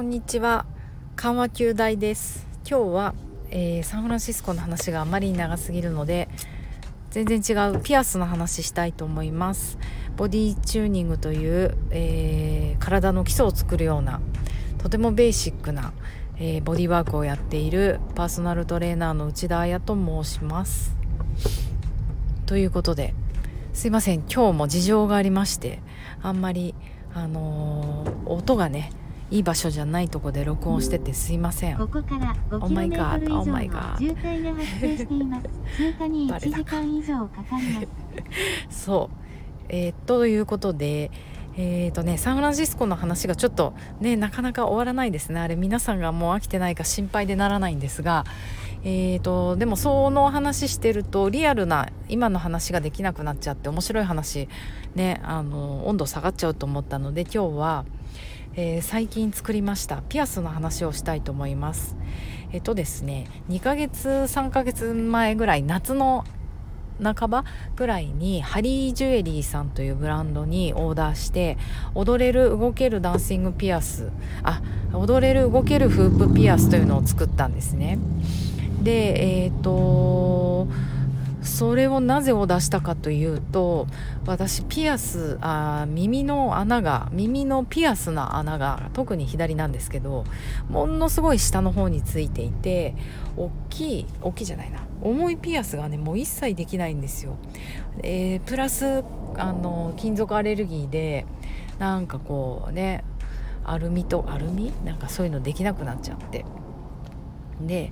んにちは。緩和球大です。今日は、サンフランシスコの話があまりに長すぎるので全然違うピアスの話したいと思います。ボディチューニングという、体の基礎を作るようなとてもベーシックな、ボディワークをやっているパーソナルトレーナーの内田彩と申します。ということですいません、今日も事情がありましてあんまり音がねいい場所じゃないとこで録音しててすいません。 ここから5キロメートル以上の渋滞が発生しています。通過に1時間以上かかりますそう、ということでサンフランシスコの話がちょっとねなかなか終わらないですね。あれ皆さんがもう飽きてないか心配でならないんですが、でもその話してるとリアルな今の話ができなくなっちゃって面白い話ね温度下がっちゃうと思ったので今日は、最近作りましたピアスの話をしたいと思います。ですね2ヶ月3ヶ月前ぐらい夏の半ばぐらいにハリージュエリーさんというブランドにオーダーして踊れる動けるダンシングピアス踊れる動けるフープピアスというのを作ったんですね。でそれをなぜを出したかというと、私耳のピアスの穴が特に左なんですけどものすごい下の方についていて大きいじゃないな重いピアスがねもう一切できないんですよ。プラス金属アレルギーでなんかこうねアルミなんかそういうのできなくなっちゃってで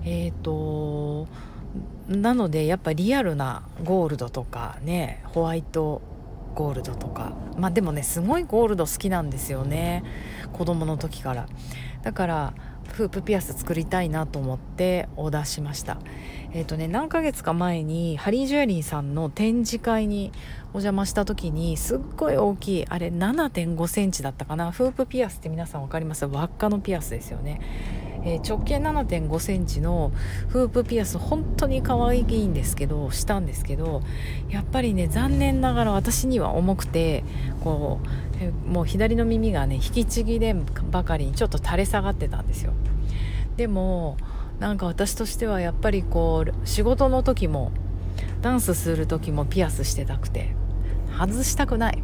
なのでやっぱリアルなゴールドとかねホワイトゴールドとかでもねすごいゴールド好きなんですよね、子供の時から。だからフープピアス作りたいなと思ってオーダーしました。何ヶ月か前にハリージュエリーさんの展示会にお邪魔した時にすっごい大きいあれ 7.5 センチだったかな。フープピアスって皆さん分かります？輪っかのピアスですよね。直径 7.5 センチのフープピアス本当に可愛いんですけどしたんですけどやっぱりね残念ながら私には重くてもう左の耳がね引きちぎれんばかりにちょっと垂れ下がってたんですよ。でもなんか私としてはやっぱり仕事の時もダンスする時もピアスしてたくて外したくない。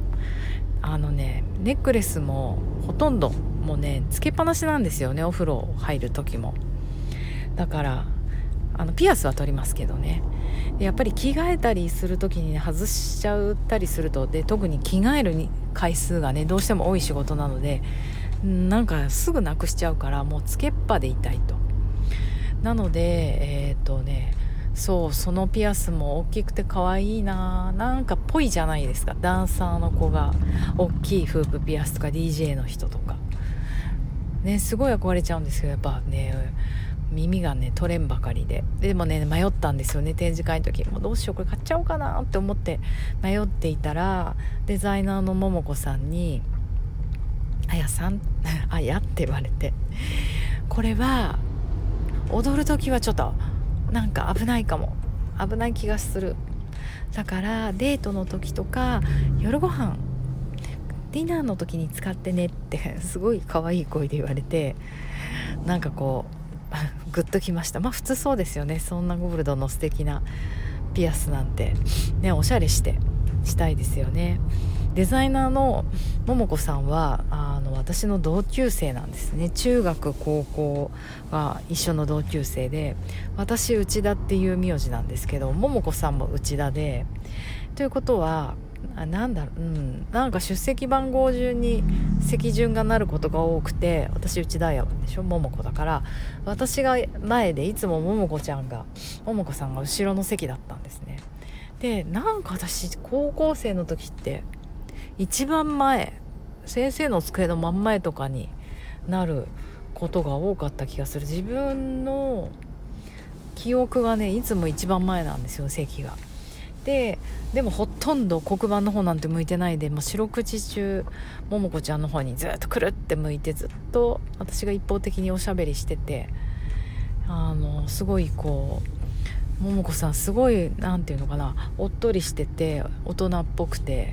ネックレスもほとんどもうねつけっぱなしなんですよね、お風呂入る時も。だからピアスは取りますけどね。でやっぱり着替えたりする時に、ね、外しちゃったりするとで特に着替える回数がねどうしても多い仕事なのでなんかすぐなくしちゃうからもうつけっぱでいたいと。なのでそのピアスも大きくて可愛いなんかぽいじゃないですか、ダンサーの子が大きいフープピアスとか DJ の人とかねすごい憧れちゃうんですけどやっぱね耳がね取れんばかりでもね迷ったんですよね。展示会の時もうどうしようこれ買っちゃおうかなって思って迷っていたらデザイナーの桃子さんにあやさんあやって言われて、これは踊る時はちょっとなんか危ない気がする。だからデートの時とか夜ご飯ディナーの時に使ってねってすごい可愛い声で言われてなんかグッときました。普通そうですよね。そんなゴールドの素敵なピアスなんてねおしゃれしたいですよね。デザイナーの桃子さんは私の同級生なんですね。中学高校が一緒の同級生で私内田っていう名字なんですけど桃子さんも内田でということはなんか出席番号順に席順がなることが多くて私内田やでしょ桃子だから私が前でいつも桃子さんが後ろの席だったんですね。でなんか私高校生の時って一番前先生の机の真ん前とかになることが多かった気がする。自分の記憶がねいつも一番前なんですよ席が。でもほとんど黒板の方なんて向いてないでもう四六時中桃子ちゃんの方にずっとくるって向いてずっと私が一方的におしゃべりしててすごい桃子さんすごいなんていうのかなおっとりしてて大人っぽくて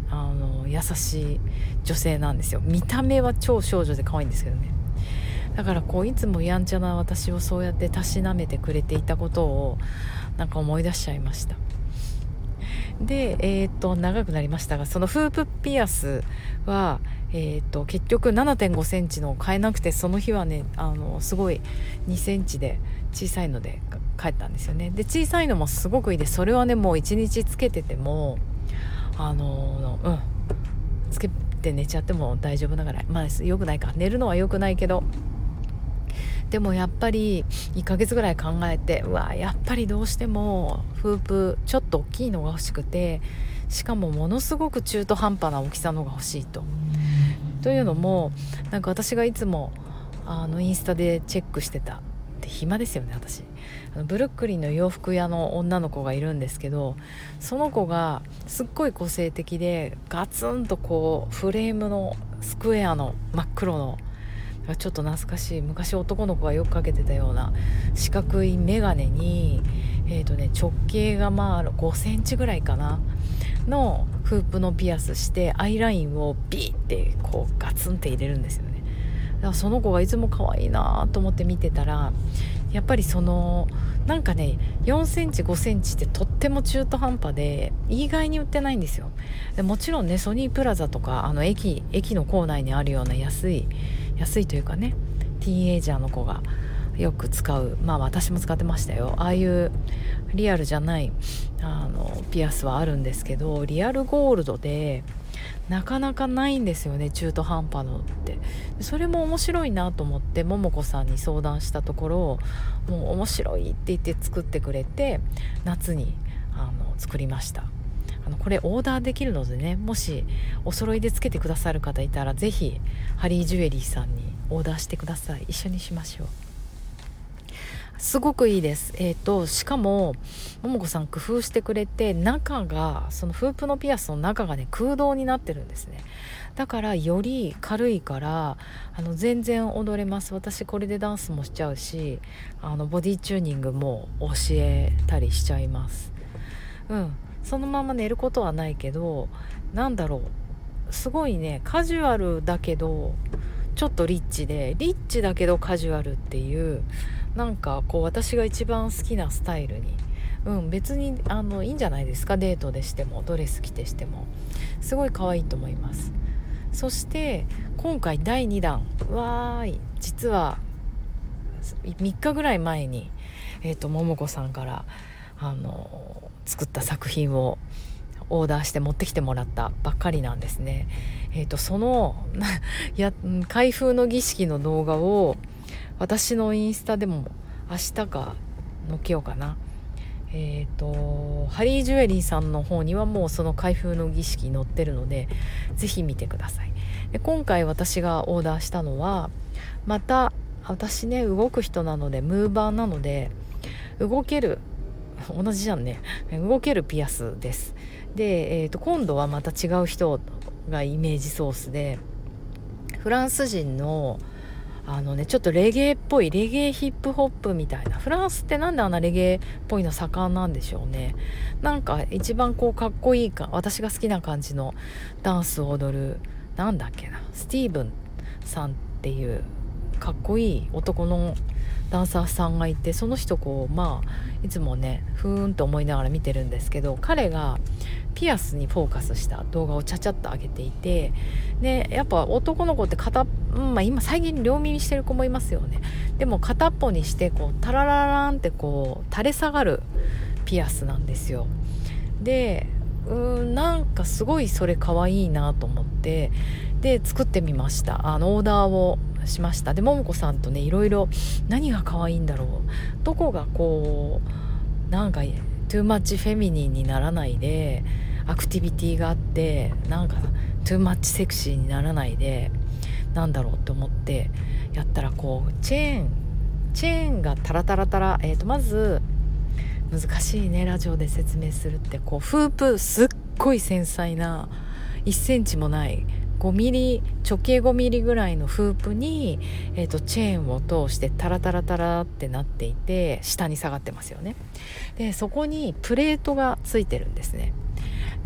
優しい女性なんですよ。見た目は超少女で可愛いんですけどね。だからこういつもやんちゃな私をそうやってたしなめてくれていたことをなんか思い出しちゃいました。で、長くなりましたが、そのフープピアスは、結局 7.5 センチの買えなくて、その日はねすごい2センチで小さいので帰ったんですよね。で小さいのもすごくいいです。それはねもう1日つけててもつけて寝ちゃっても大丈夫なぐらい、まあよくないか、寝るのはよくないけど、でもやっぱり1ヶ月ぐらい考えて、やっぱりどうしてもフープちょっと大きいのが欲しくて、しかもものすごく中途半端な大きさのが欲しいというのも、なんか私がいつもインスタでチェックしてたって暇ですよね。私ブルックリンの洋服屋の女の子がいるんですけど、その子がすっごい個性的で、ガツンとこうフレームのスクエアの真っ黒のちょっと懐かしい、昔男の子がよくかけてたような四角いメガネに、直径が5センチぐらいかなのフープのピアスして、アイラインをビーってこうガツンって入れるんですよね。だからその子がいつも可愛いなと思って見てたら、やっぱりなんかね4センチ5センチってとっても中途半端で意外に売ってないんですよ。でもちろんねソニープラザとか駅の構内にあるような安いというかね、ティーンエイジャーの子がよく使う、私も使ってましたよ、ああいうリアルじゃないピアスはあるんですけど、リアルゴールドでなかなかないんですよね、中途半端のって。それも面白いなと思って桃子さんに相談したところ、もう面白いって言って作ってくれて、夏に作りました。これオーダーできるのでね、もしお揃いでつけてくださる方いたら、ぜひハリージュエリーさんにオーダーしてください。一緒にしましょう。すごくいいです。しかも桃子さん工夫してくれて、中がそのフープのピアスの中がね空洞になってるんですね。だからより軽いから全然踊れます。私これでダンスもしちゃうし、ボディチューニングも教えたりしちゃいます。そのまま寝ることはないけど、すごいねカジュアルだけどちょっとリッチだけどカジュアルっていう、なんかこう私が一番好きなスタイルに、別にいいんじゃないですか。デートでしてもドレス着てしてもすごい可愛いと思います。そして今回第2弾実は3日ぐらい前に桃子さんから作った作品をオーダーして持ってきてもらったばっかりなんですね。その開封の儀式の動画を私のインスタでも明日か載っけようかな。ハリージュエリーさんの方にはもうその開封の儀式載ってるので、ぜひ見てください。で今回私がオーダーしたのは、また私ね動く人なので、ムーバーなので動けるピアスです。で、今度はまた違う人がイメージソースで、フランス人のちょっとレゲエっぽい、レゲエヒップホップみたいな、フランスってなんであんなレゲエっぽいの盛んなんでしょうね。なんか一番こうかっこいい私が好きな感じのダンスを踊るスティーブンさんっていうかっこいい男のダンサーさんがいて、その人いつもねふーんと思いながら見てるんですけど、彼がピアスにフォーカスした動画をちゃちゃっと上げていて、でやっぱ男の子って今最近両耳してる子もいますよね。でも片っぽにしてこうタララランってこう垂れ下がるピアスなんですよ。でなんかすごいそれ可愛いなと思って、で作ってみました。オーダーをしました。で桃子さんとねいろいろ何が可愛いんだろう、どこがこうなんかトゥーマッチフェミニンにならないでアクティビティがあって、なんかトゥーマッチセクシーにならないでなんだろうと思ってやったら、こうチェーンがタラタラタラ、まず難しいねラジオで説明するって、こうフープすっごい繊細な1センチもない5ミリ直径5ミリぐらいのフープに、チェーンを通してタラタラタラってなっていて、下に下がってますよね。でそこにプレートがついてるんですね。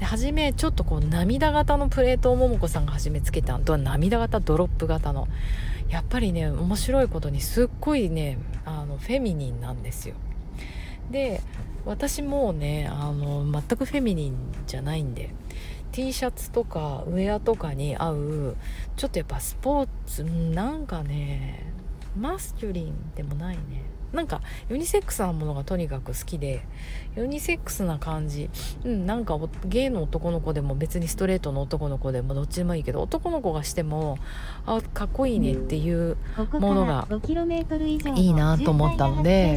で初めちょっとこう涙型のプレートをももこさんが初めつけたのと涙型ドロップ型の、やっぱりね面白いことにすっごいねフェミニンなんですよ。で私もね全くフェミニンじゃないんで、 T シャツとかウェアとかに合うちょっとやっぱスポーツなんかねマスキュリンでもないね、なんかユニセックスなものがとにかく好きで、ユニセックスな感じ、なんかゲイの男の子でも別にストレートの男の子でもどっちでもいいけど、男の子がしてもかっこいいねっていうものがいいなと思ったので、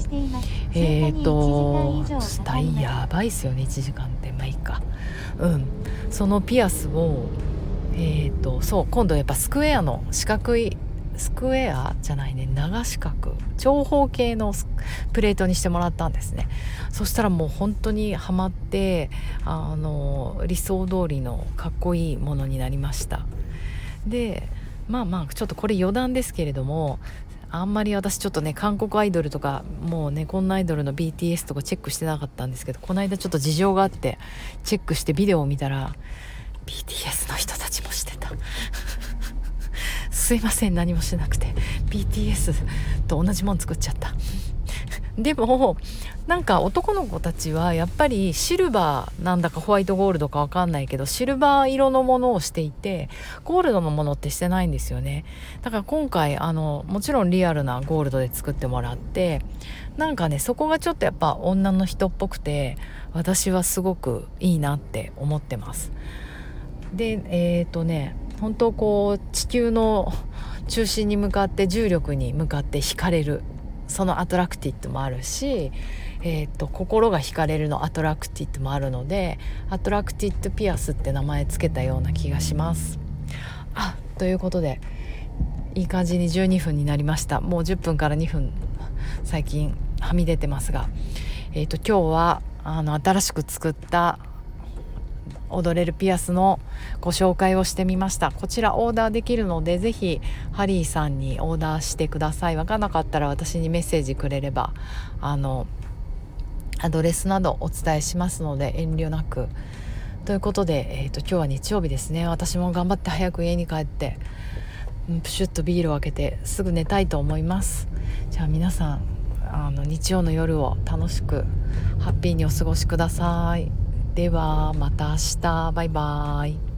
スタイやばいっすよね、1時間ってまあいいか。そのピアスをそう今度やっぱスクエアの四角いスクエアじゃないね、長四角長方形のプレートにしてもらったんですね。そしたらもう本当にハマって理想通りのかっこいいものになりました。でまあちょっとこれ余談ですけれども、あんまり私ちょっとね韓国アイドルとかもうねこんなアイドルの BTS とかチェックしてなかったんですけど、この間ちょっと事情があってチェックしてビデオを見たら BTS の人たちもしてたすいません何もしなくて BTS と同じもん作っちゃったでもなんか男の子たちはやっぱりシルバーなんだかホワイトゴールドかわかんないけどシルバー色のものをしていて、ゴールドのものってしてないんですよね。だから今回もちろんリアルなゴールドで作ってもらって、なんかねそこがちょっとやっぱ女の人っぽくて私はすごくいいなって思ってます。で本当こう地球の中心に向かって重力に向かって惹かれる、そのアトラクティッドもあるし、心が惹かれるのアトラクティッドもあるので、アトラクティッドピアスって名前つけたような気がします。ということでいい感じに12分になりました。もう10分から2分最近はみ出てますが、今日は新しく作った踊れるピアスのご紹介をしてみました。こちらオーダーできるのでぜひハリーさんにオーダーしてください。わからなかったら私にメッセージくれればアドレスなどお伝えしますので遠慮なく。ということで、今日は日曜日ですね。私も頑張って早く家に帰ってプシュッとビールを開けてすぐ寝たいと思います。じゃあ皆さん日曜の夜を楽しくハッピーにお過ごしください。ではまた明日、バイバイ。